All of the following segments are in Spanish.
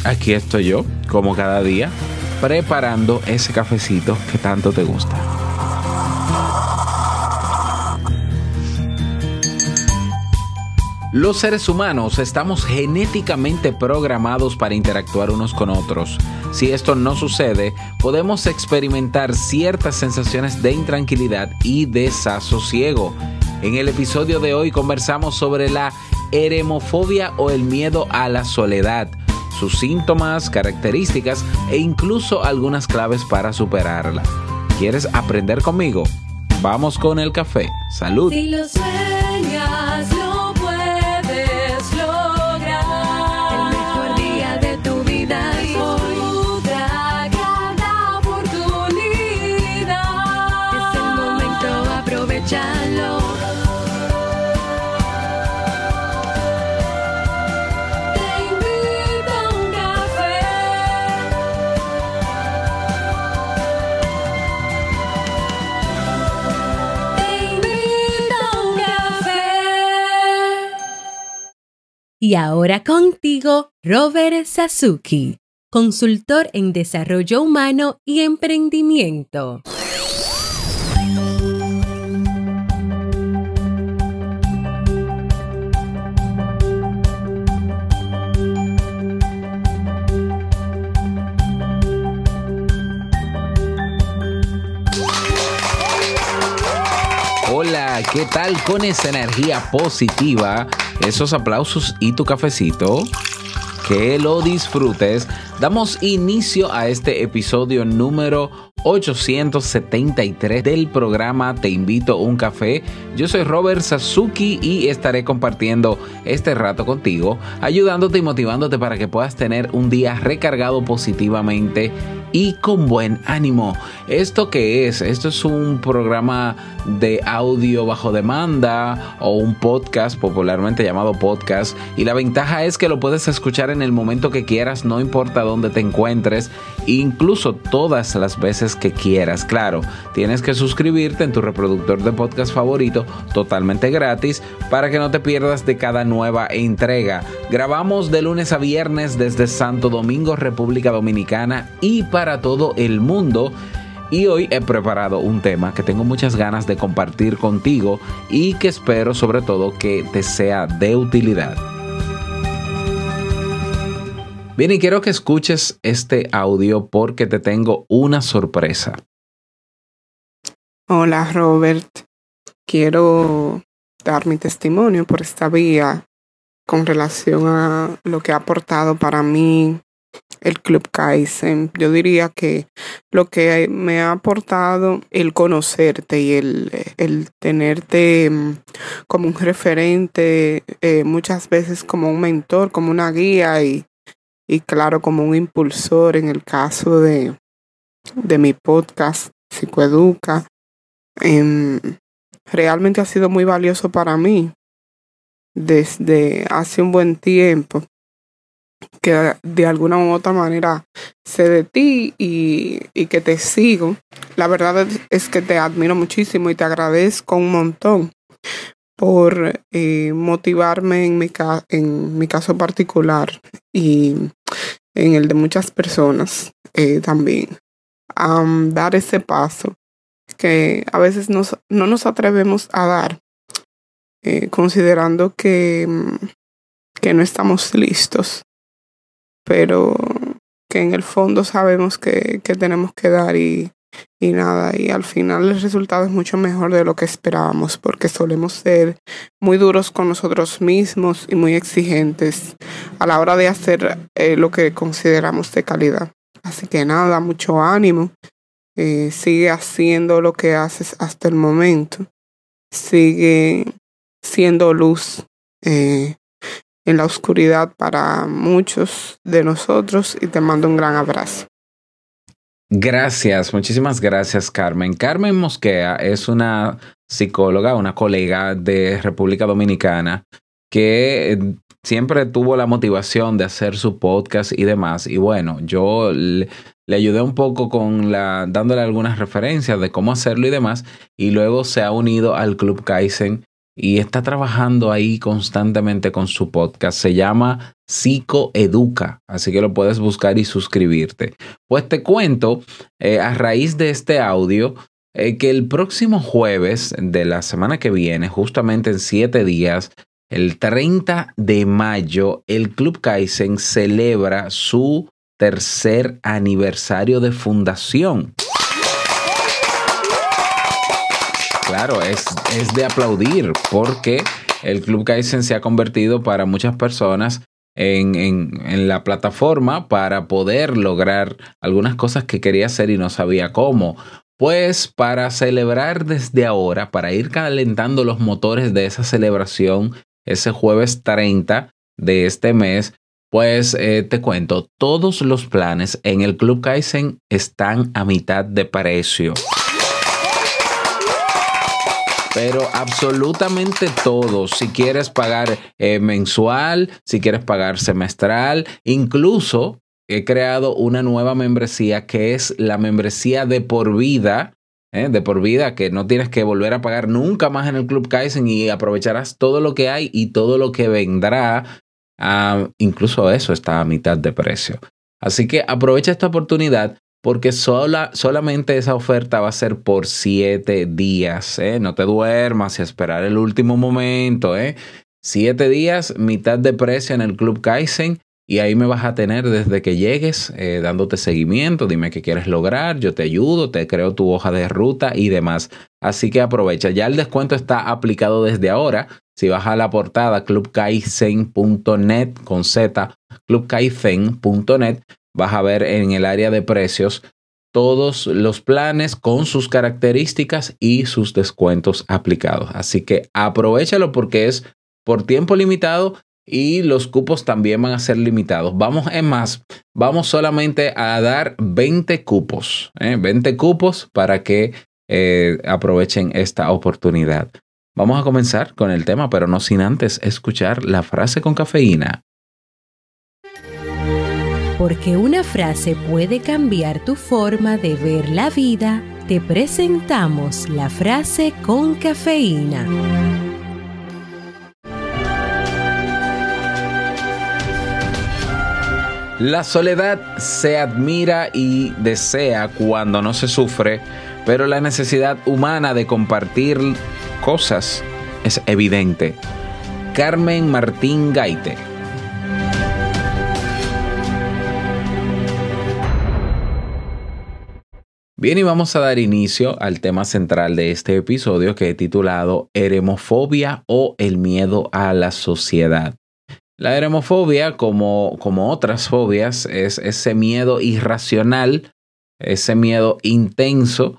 Aquí estoy yo, como cada día, preparando ese cafecito que tanto te gusta. Los seres humanos estamos genéticamente programados para interactuar unos con otros. Si esto no sucede, podemos experimentar ciertas sensaciones de intranquilidad y desasosiego. En el episodio de hoy conversamos sobre la eremofobia o el miedo a la soledad, sus síntomas, características e incluso algunas claves para superarla. ¿Quieres aprender conmigo? Vamos con el café. ¡Salud! Si lo sueñas, lo puedes lograr. El mejor día de tu vida y disfruta cada oportunidad. Es el momento, aprovechalo. Y ahora contigo, Robert Sasuki, consultor en desarrollo humano y emprendimiento. Hola, ¿qué tal con esa energía positiva, esos aplausos y tu cafecito? Que lo disfrutes. Damos inicio a este episodio número 873 del programa Te Invito a un Café. Yo soy Robert Sasuki y estaré compartiendo este rato contigo, ayudándote y motivándote para que puedas tener un día recargado positivamente y con buen ánimo. ¿Esto qué es? Esto es un programa de audio bajo demanda o un podcast, popularmente llamado podcast, y la ventaja es que lo puedes escuchar en el momento que quieras, no importa dónde te encuentres, incluso todas las veces que quieras. Claro, tienes que suscribirte en tu reproductor de podcast favorito totalmente gratis para que no te pierdas de cada nueva entrega. Grabamos de lunes a viernes desde Santo Domingo, República Dominicana, y para todo el mundo. Y hoy he preparado un tema que tengo muchas ganas de compartir contigo y que espero sobre todo que te sea de utilidad. Bien, y quiero que escuches este audio porque te tengo una sorpresa. Hola Robert, quiero dar mi testimonio por esta vía con relación a lo que ha aportado para mí el Club Kaizen. Yo diría que lo que me ha aportado el conocerte y el tenerte como un referente, muchas veces como un mentor, como una guía y claro, como un impulsor en el caso de mi podcast Psicoeduca. Realmente ha sido muy valioso para mí desde hace un buen tiempo, que de alguna u otra manera sé de ti y que te sigo. La verdad es que te admiro muchísimo y te agradezco un montón por motivarme en mi caso particular y en el de muchas personas también a dar ese paso que a veces no nos atrevemos a dar, considerando que no estamos listos, pero que en el fondo sabemos que tenemos que dar y nada, y al final el resultado es mucho mejor de lo que esperábamos, porque solemos ser muy duros con nosotros mismos y muy exigentes a la hora de hacer lo que consideramos de calidad. Así que nada, mucho ánimo, sigue haciendo lo que haces hasta el momento, sigue siendo luz en la oscuridad para muchos de nosotros y te mando un gran abrazo. Gracias, muchísimas gracias, Carmen. Carmen Mosquea es una psicóloga, una colega de República Dominicana que siempre tuvo la motivación de hacer su podcast y demás. Y bueno, yo le ayudé un poco dándole algunas referencias de cómo hacerlo y demás. Y luego se ha unido al Club Kaizen y está trabajando ahí constantemente con su podcast. Se llama Psicoeduca, así que lo puedes buscar y suscribirte. Pues te cuento, a raíz de este audio, que el próximo jueves de la semana que viene, justamente en 7 días, el 30 de mayo, el Club Kaizen celebra su tercer aniversario de fundación. Claro, es de aplaudir porque el Club Kaizen se ha convertido para muchas personas en la plataforma para poder lograr algunas cosas que quería hacer y no sabía cómo. Pues para celebrar desde ahora, para ir calentando los motores de esa celebración, ese jueves 30 de este mes, pues te cuento, todos los planes en el Club Kaizen están a mitad de precio. Pero absolutamente todo, si quieres pagar mensual, si quieres pagar semestral, incluso he creado una nueva membresía que es la membresía de por vida, que no tienes que volver a pagar nunca más en el Club Kaizen y aprovecharás todo lo que hay y todo lo que vendrá. Incluso eso está a mitad de precio. Así que aprovecha esta oportunidad. Porque solamente esa oferta va a ser por 7 días. No te duermas y esperar el último momento. 7 días, mitad de precio en el Club Kaizen. Y ahí me vas a tener desde que llegues dándote seguimiento. Dime qué quieres lograr. Yo te ayudo, te creo tu hoja de ruta y demás. Así que aprovecha. Ya el descuento está aplicado desde ahora. Si vas a la portada clubkaizen.net con Z, clubkaizen.net. Vas a ver en el área de precios todos los planes con sus características y sus descuentos aplicados. Así que aprovéchalo porque es por tiempo limitado y los cupos también van a ser limitados. Vamos solamente a dar 20 cupos. 20 cupos para que aprovechen esta oportunidad. Vamos a comenzar con el tema, pero no sin antes escuchar la frase con cafeína. Porque una frase puede cambiar tu forma de ver la vida, te presentamos la frase con cafeína. La soledad se admira y desea cuando no se sufre, pero la necesidad humana de compartir cosas es evidente. Carmen Martín Gaite. Bien, y vamos a dar inicio al tema central de este episodio que he titulado Eremofobia o el miedo a la sociedad. La eremofobia, como otras fobias, es ese miedo irracional, ese miedo intenso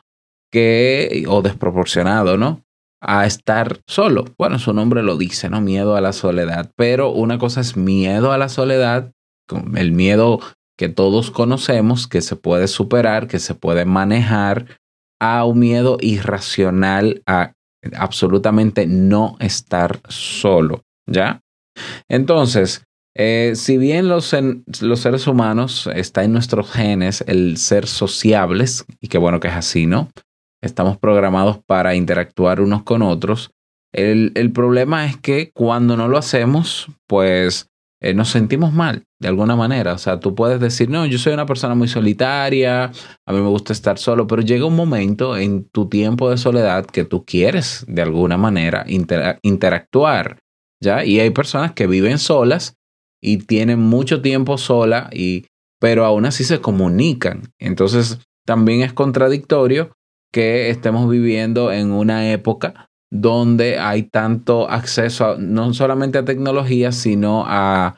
o desproporcionado, ¿no? A estar solo. Bueno, su nombre lo dice, ¿no? Miedo a la soledad. Pero una cosa es miedo a la soledad, el miedo que todos conocemos, que se puede superar, que se puede manejar, a un miedo irracional a absolutamente no estar solo, ¿ya? Entonces, si bien los seres humanos está en nuestros genes el ser sociables, y qué bueno que es así, ¿no? Estamos programados para interactuar unos con otros. El problema es que cuando no lo hacemos, pues nos sentimos mal de alguna manera. O sea, tú puedes decir, no, yo soy una persona muy solitaria, a mí me gusta estar solo, pero llega un momento en tu tiempo de soledad que tú quieres de alguna manera interactuar, ¿ya? Y hay personas que viven solas y tienen mucho tiempo sola, pero aún así se comunican. Entonces, también es contradictorio que estemos viviendo en una época donde hay tanto acceso no solamente a tecnología, sino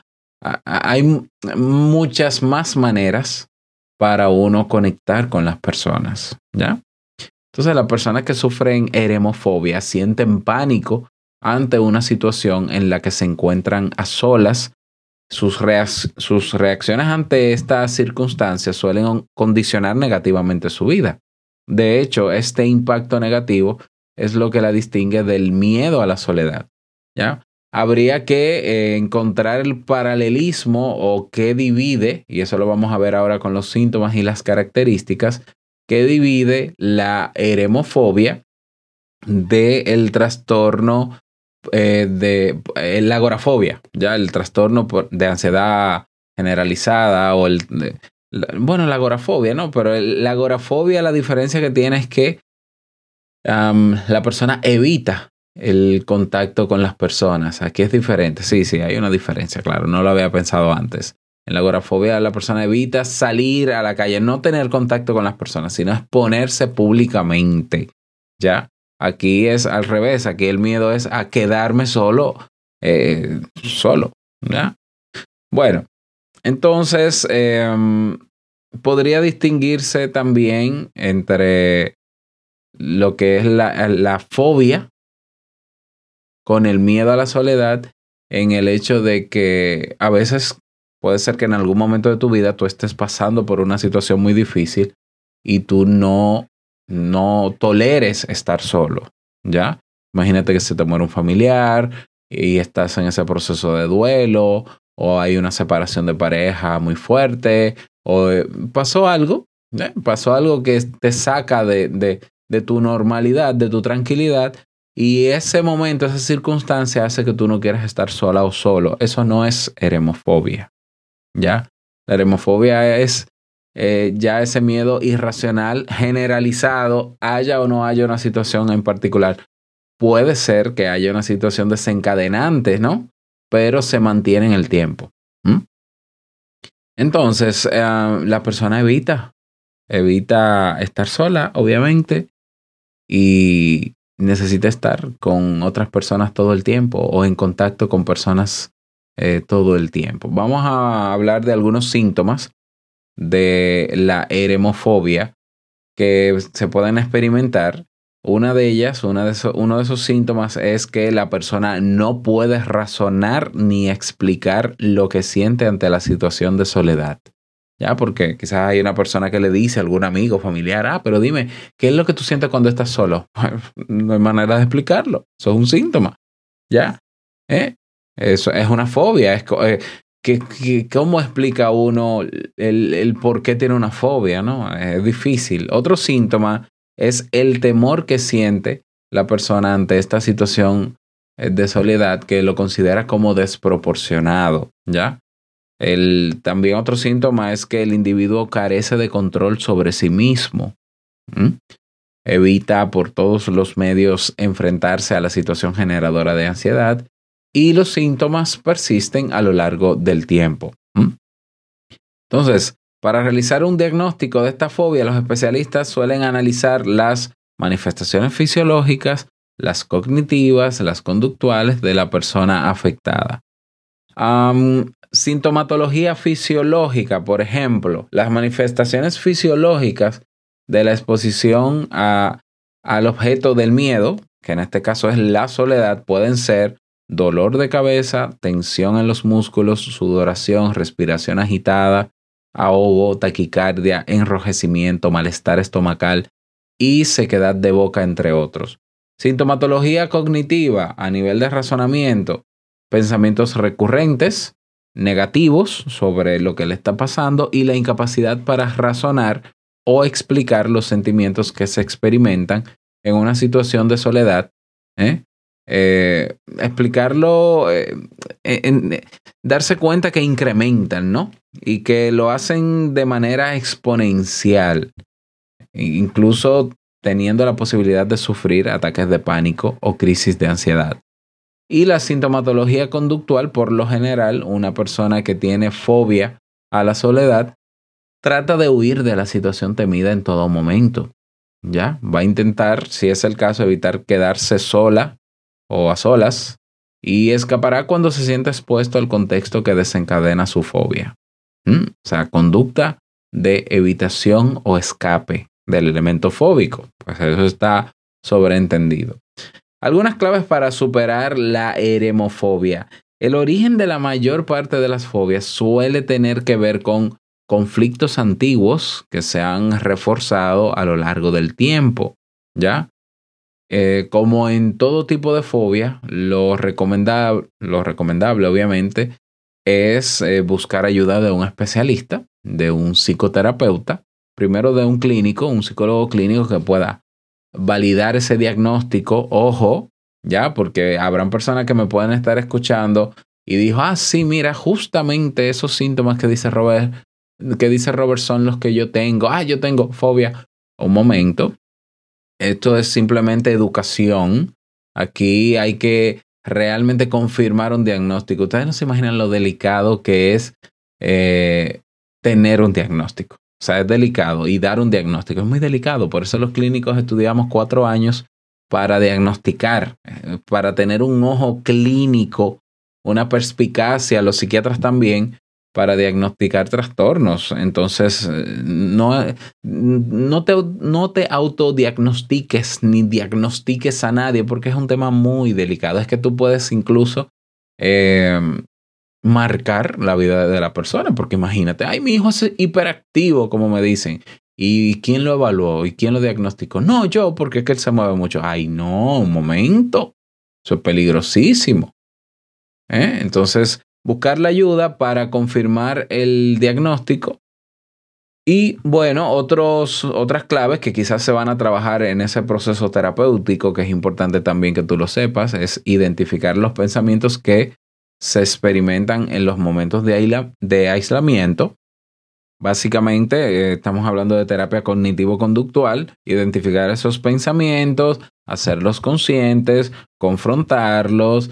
hay muchas más maneras para uno conectar con las personas, ¿ya? Entonces, las personas que sufren eremofobia sienten pánico ante una situación en la que se encuentran a solas. Sus reacciones ante estas circunstancias suelen condicionar negativamente su vida. De hecho, este impacto negativo es lo que la distingue del miedo a la soledad, ¿ya? Habría que encontrar el paralelismo o qué divide, y eso lo vamos a ver ahora con los síntomas y las características, que divide la eremofobia del trastorno la agorafobia, ya el trastorno de ansiedad generalizada o la agorafobia, ¿no? Pero la agorafobia, la diferencia que tiene es que la persona evita el contacto con las personas. Aquí es diferente. Sí, hay una diferencia, claro. No lo había pensado antes. En la agorafobia la persona evita salir a la calle, no tener contacto con las personas, sino exponerse públicamente. ¿Ya? Aquí es al revés. Aquí el miedo es a quedarme solo. Solo. ¿Ya? Bueno, entonces podría distinguirse también entre lo que es la fobia con el miedo a la soledad, en el hecho de que a veces puede ser que en algún momento de tu vida tú estés pasando por una situación muy difícil y tú no toleres estar solo, ¿ya? Imagínate que se te muere un familiar y estás en ese proceso de duelo, o hay una separación de pareja muy fuerte, o pasó algo que te saca de tu normalidad, de tu tranquilidad, y ese momento, esa circunstancia hace que tú no quieras estar sola o solo. Eso no es eremofobia, ¿ya? La eremofobia es ya ese miedo irracional generalizado, haya o no haya una situación en particular. Puede ser que haya una situación desencadenante, ¿no? Pero se mantiene en el tiempo. Entonces, la persona evita estar sola, obviamente, y necesita estar con otras personas todo el tiempo o en contacto con personas todo el tiempo. Vamos a hablar de algunos síntomas de la eremofobia que se pueden experimentar. Una de ellas, uno de esos síntomas es que la persona no puede razonar ni explicar lo que siente ante la situación de soledad. Ya, porque quizás hay una persona que le dice a algún amigo, familiar, pero dime, ¿qué es lo que tú sientes cuando estás solo? No hay manera de explicarlo. Eso es un síntoma. ¿Ya? Eso es una fobia. ¿Cómo explica uno el por qué tiene una fobia, ¿no? Es difícil. Otro síntoma es el temor que siente la persona ante esta situación de soledad, que lo considera como desproporcionado, ¿ya? También otro síntoma es que el individuo carece de control sobre sí mismo. Evita por todos los medios enfrentarse a la situación generadora de ansiedad, y los síntomas persisten a lo largo del tiempo. Entonces, para realizar un diagnóstico de esta fobia, los especialistas suelen analizar las manifestaciones fisiológicas, las cognitivas, las conductuales de la persona afectada. Sintomatología fisiológica, por ejemplo, las manifestaciones fisiológicas de la exposición al objeto del miedo, que en este caso es la soledad, pueden ser dolor de cabeza, tensión en los músculos, sudoración, respiración agitada, ahogo, taquicardia, enrojecimiento, malestar estomacal y sequedad de boca, entre otros. Sintomatología cognitiva a nivel de razonamiento, pensamientos recurrentes, negativos sobre lo que le está pasando y la incapacidad para razonar o explicar los sentimientos que se experimentan en una situación de soledad. Explicarlo, darse cuenta que incrementan, ¿no? Y que lo hacen de manera exponencial, incluso teniendo la posibilidad de sufrir ataques de pánico o crisis de ansiedad. Y la sintomatología conductual, por lo general, una persona que tiene fobia a la soledad trata de huir de la situación temida en todo momento. ¿Ya? Va a intentar, si es el caso, evitar quedarse sola o a solas, y escapará cuando se sienta expuesto al contexto que desencadena su fobia. O sea, conducta de evitación o escape del elemento fóbico. Pues eso está sobreentendido. Algunas claves para superar la eremofobia. El origen de la mayor parte de las fobias suele tener que ver con conflictos antiguos que se han reforzado a lo largo del tiempo, ¿ya? Como en todo tipo de fobia, lo recomendable obviamente es buscar ayuda de un especialista, de un psicoterapeuta, primero de un clínico, un psicólogo clínico que pueda validar ese diagnóstico. Ojo, ¿ya? Porque habrán personas que me pueden estar escuchando y dijo, sí, mira, justamente esos síntomas que dice Robert son los que yo tengo. Yo tengo fobia. Un momento. Esto es simplemente educación. Aquí hay que realmente confirmar un diagnóstico. Ustedes no se imaginan lo delicado que es tener un diagnóstico. O sea, es delicado y dar un diagnóstico es muy delicado. Por eso los clínicos estudiamos 4 años para diagnosticar, para tener un ojo clínico, una perspicacia, los psiquiatras también, para diagnosticar trastornos. Entonces, no te autodiagnostiques ni diagnostiques a nadie porque es un tema muy delicado. Es que tú puedes incluso marcar la vida de la persona, porque imagínate, mi hijo es hiperactivo, como me dicen. ¿Y quién lo evaluó? ¿Y quién lo diagnosticó? No, yo, porque es que él se mueve mucho. No, un momento. Eso es peligrosísimo. Entonces, buscar la ayuda para confirmar el diagnóstico. Y bueno, otras claves que quizás se van a trabajar en ese proceso terapéutico, que es importante también que tú lo sepas, es identificar los pensamientos que se experimentan en los momentos de aislamiento. Básicamente, estamos hablando de terapia cognitivo-conductual, identificar esos pensamientos, hacerlos conscientes, confrontarlos,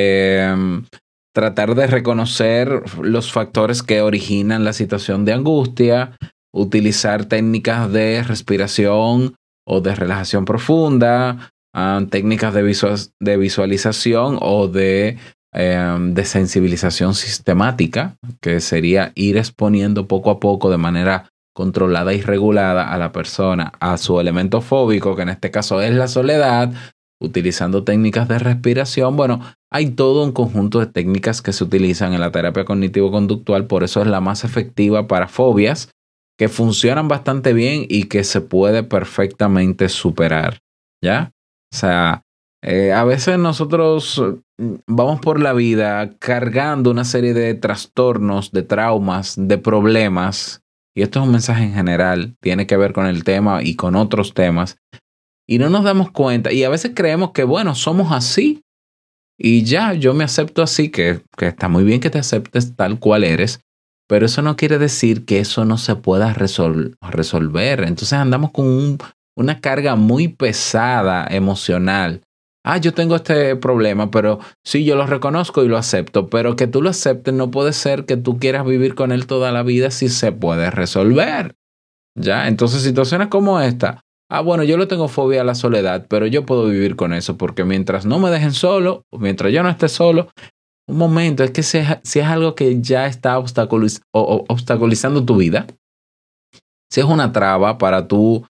tratar de reconocer los factores que originan la situación de angustia, utilizar técnicas de respiración o de relajación profunda, técnicas de visualización o de sensibilización sistemática, que sería ir exponiendo poco a poco de manera controlada y regulada a la persona a su elemento fóbico, que en este caso es la soledad, utilizando técnicas de respiración. Bueno, hay todo un conjunto de técnicas que se utilizan en la terapia cognitivo-conductual, por eso es la más efectiva para fobias, que funcionan bastante bien y que se puede perfectamente superar, ¿ya? O sea, a veces nosotros vamos por la vida cargando una serie de trastornos, de traumas, de problemas, y esto es un mensaje en general, tiene que ver con el tema y con otros temas, y no nos damos cuenta, y a veces creemos que, bueno, somos así, y ya, yo me acepto así, que está muy bien que te aceptes tal cual eres, pero eso no quiere decir que eso no se pueda resolver. Entonces andamos con una carga muy pesada emocional. Yo tengo este problema, pero sí, yo lo reconozco y lo acepto, pero que tú lo aceptes no puede ser que tú quieras vivir con él toda la vida si se puede resolver. ¿Ya? Entonces, situaciones como esta. Bueno, yo le tengo fobia a la soledad, pero yo puedo vivir con eso porque mientras no me dejen solo, o mientras yo no esté solo, un momento, es que si es algo que ya está obstaculizando tu vida, si es una traba para tú,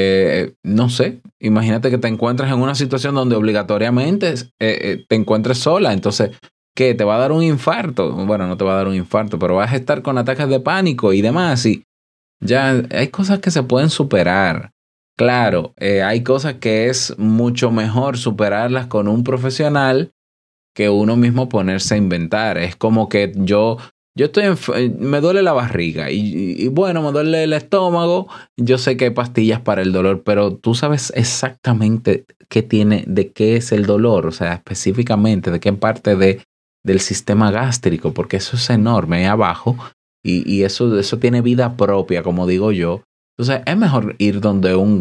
no sé, imagínate que te encuentres en una situación donde obligatoriamente te encuentres sola, entonces, ¿qué? ¿Te va a dar un infarto? Bueno, no te va a dar un infarto, pero vas a estar con ataques de pánico y demás, y ya hay cosas que se pueden superar. Claro, hay cosas que es mucho mejor superarlas con un profesional que uno mismo ponerse a inventar. Es como que yo me duele la barriga y bueno, me duele el estómago. Yo sé que hay pastillas para el dolor, pero tú sabes exactamente de qué es el dolor, o sea, específicamente de qué parte del sistema gástrico, porque eso es enorme ahí abajo y eso tiene vida propia, como digo yo. Entonces es mejor ir donde un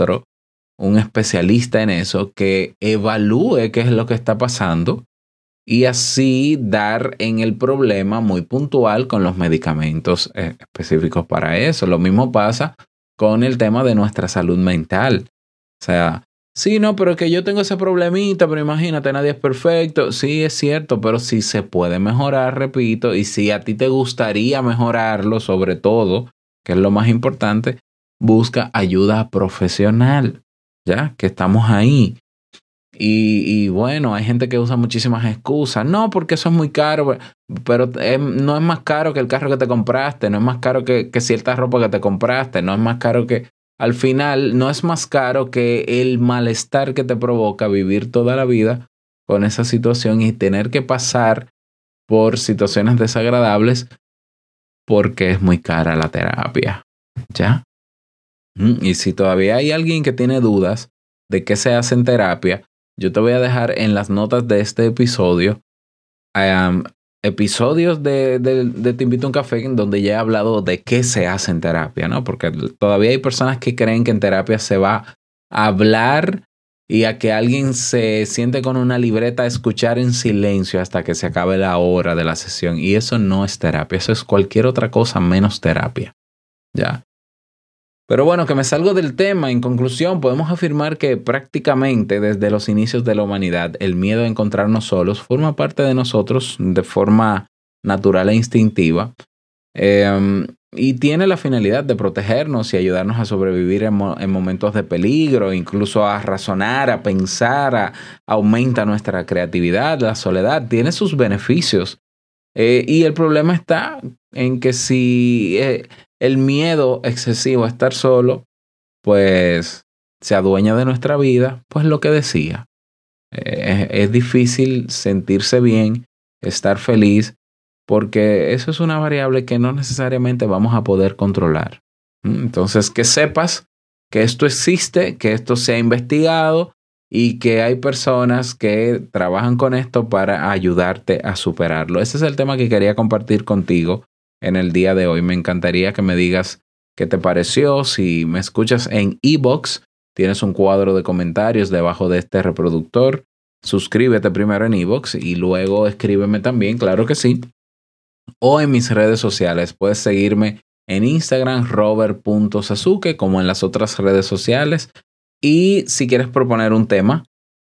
especialista en eso, que evalúe qué es lo que está pasando y así dar en el problema muy puntual con los medicamentos específicos para eso. Lo mismo pasa con el tema de nuestra salud mental. O sea, sí, no, pero es que yo tengo ese problemita, pero imagínate, nadie es perfecto. Sí, es cierto, pero sí se puede mejorar, repito, y si a ti te gustaría mejorarlo, sobre todo, que es lo más importante, busca ayuda profesional, ya que estamos ahí. Y bueno, hay gente que usa muchísimas excusas. No, porque eso es muy caro, pero no es más caro que el carro que te compraste, no es más caro que cierta ropa que te compraste, no es más caro que... Al final, no es más caro que el malestar que te provoca vivir toda la vida con esa situación y tener que pasar por situaciones desagradables porque es muy cara la terapia, ¿ya? Y si todavía hay alguien que tiene dudas de qué se hace en terapia, yo te voy a dejar en las notas de este episodio episodios de Te Invito a un Café en donde ya he hablado de qué se hace en terapia, ¿no? Porque todavía hay personas que creen que en terapia se va a hablar y a que alguien se siente con una libreta a escuchar en silencio hasta que se acabe la hora de la sesión. Y eso no es terapia, eso es cualquier otra cosa menos terapia. ¿Ya? Pero bueno, que me salgo del tema. En conclusión, podemos afirmar que prácticamente desde los inicios de la humanidad, el miedo a encontrarnos solos forma parte de nosotros de forma natural e instintiva. Y tiene la finalidad de protegernos y ayudarnos a sobrevivir en momentos de peligro, incluso a razonar, a pensar, aumenta nuestra creatividad. La soledad tiene sus beneficios. Y el problema está en que si el miedo excesivo a estar solo, pues se adueña de nuestra vida, pues lo que decía. Es difícil sentirse bien, estar feliz, porque eso es una variable que no necesariamente vamos a poder controlar. Entonces, que sepas que esto existe, que esto se ha investigado y que hay personas que trabajan con esto para ayudarte a superarlo. Ese es el tema que quería compartir contigo en el día de hoy. Me encantaría que me digas qué te pareció. Si me escuchas en iVoox, tienes un cuadro de comentarios debajo de este reproductor. Suscríbete primero en iVoox y luego escríbeme también, claro que sí. O en mis redes sociales. Puedes seguirme en Instagram, robert.sasuke, como en las otras redes sociales. Y si quieres proponer un tema,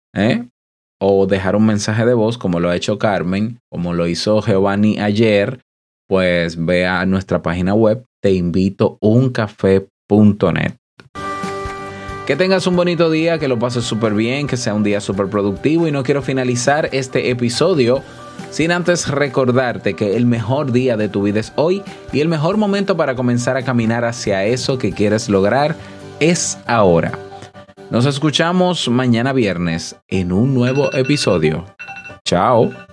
o dejar un mensaje de voz, como lo ha hecho Carmen, como lo hizo Giovanni ayer, pues ve a nuestra página web, teinvitouncafé.net. Que tengas un bonito día, que lo pases súper bien, que sea un día súper productivo. Y no quiero finalizar este episodio sin antes recordarte que el mejor día de tu vida es hoy y el mejor momento para comenzar a caminar hacia eso que quieres lograr es ahora. Nos escuchamos mañana viernes en un nuevo episodio. Chao.